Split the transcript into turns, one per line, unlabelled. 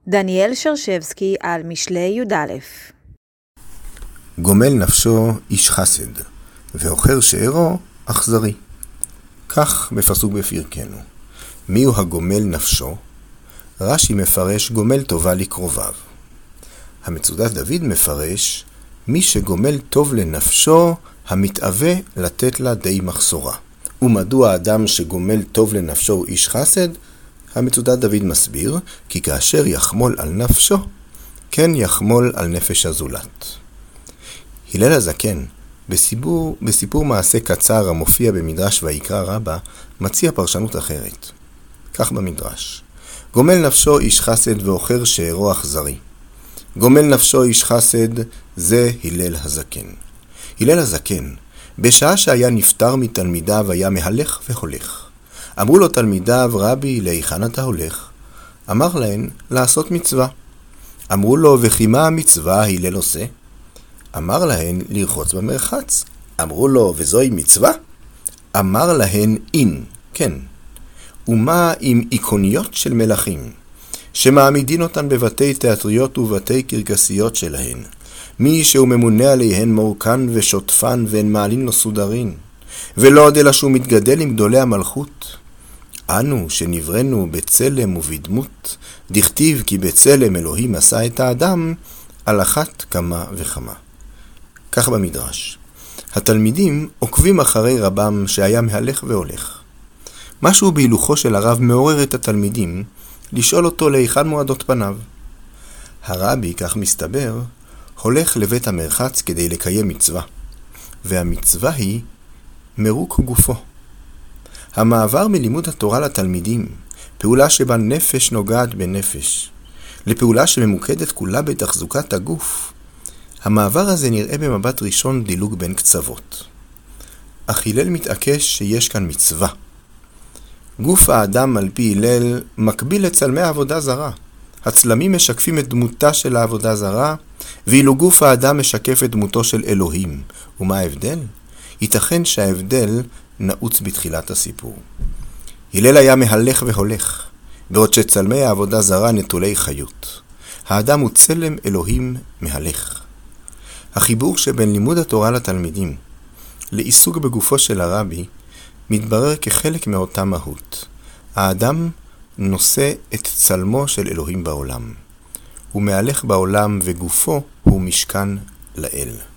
דניאל שרשבסקי על משלי י"א.
גומל נפשו איש חסד, ואוכר שארו אכזרי. כך בפסוק בפרקנו. מיהו הגומל נפשו? רש"י מפרש גומל טובה לקרוביו. המצודת דוד מפרש מי שגומל טוב לנפשו המתאווה לתת לה די מחסורה. ומדוע האדם שגומל טוב לנפשו הוא איש חסד? המצודת דוד מסביר כי כאשר יחמול על נפשו, כן יחמול על נפש הזולת. הלל הזקן, בסיפור מעשה קצר המופיע במדרש ויקרא רבה, מציע פרשנות אחרת. כך במדרש: גומל נפשו איש חסד ואוכר שארו אכזרי. גומל נפשו איש חסד זה הלל הזקן. הלל הזקן, בשעה שהיה נפטר מתלמידיו, היה מהלך והולך. אמרו לו תלמידיו, רבי, להיכן אתה הולך? אמר להן, לעשות מצווה. אמרו לו, וכי מה המצווה הלל עושה? אמר להן, לרחוץ במרחץ. אמרו לו, וזוהי מצווה? אמר להן, אין, כן. ומה עם איקוניות של מלכים, שמעמידין אותן בבתי תיאטריות ובתי קרקסיות שלהן, מי שהוא ממונה עליהן מורקן ושוטפן והן מעלין לו סודרין, ולא עוד אלא שהוא מתגדל עם גדולי המלכות. אנו שנברנו בצלם ובדמות, דכתיב כי בצלם אלוהים עשה את האדם, על אחת כמה וכמה. כך במדרש. התלמידים עוקבים אחרי רבם שהיה מהלך והולך. משהו בהילוכו של הרב מעורר את התלמידים לשאול אותו להיכן מועדות פניו. הרבי, כך מסתבר, הולך לבית המרחץ כדי לקיים מצווה, והמצווה היא מרוק גופו. המעבר מלימוד התורה לתלמידים, פעולה שבה נפש נוגעת בנפש, לפעולה שממוקדת כולה בתחזוקת הגוף, המעבר הזה נראה במבט ראשון דילוג בין קצוות. אך הלל מתעקש שיש כאן מצווה. גוף האדם על פי הלל מקביל לצלמי העבודה זרה. הצלמים משקפים את דמותה של העבודה זרה, ואילו גוף האדם משקף את דמותו של אלוהים. ומה ההבדל? ייתכן שההבדל נעוץ בתחילת הסיפור. הלל היה מהלך והולך, בעוד שצלמי העבודה זרה נטולי חיות. האדם הוא צלם אלוהים מהלך. החיבור שבין לימוד התורה לתלמידים לעיסוק בגופו של הרבי מתברר כחלק מאותה מהות. האדם נושא את צלמו של אלוהים בעולם. הוא מהלך בעולם וגופו הוא משכן לאל.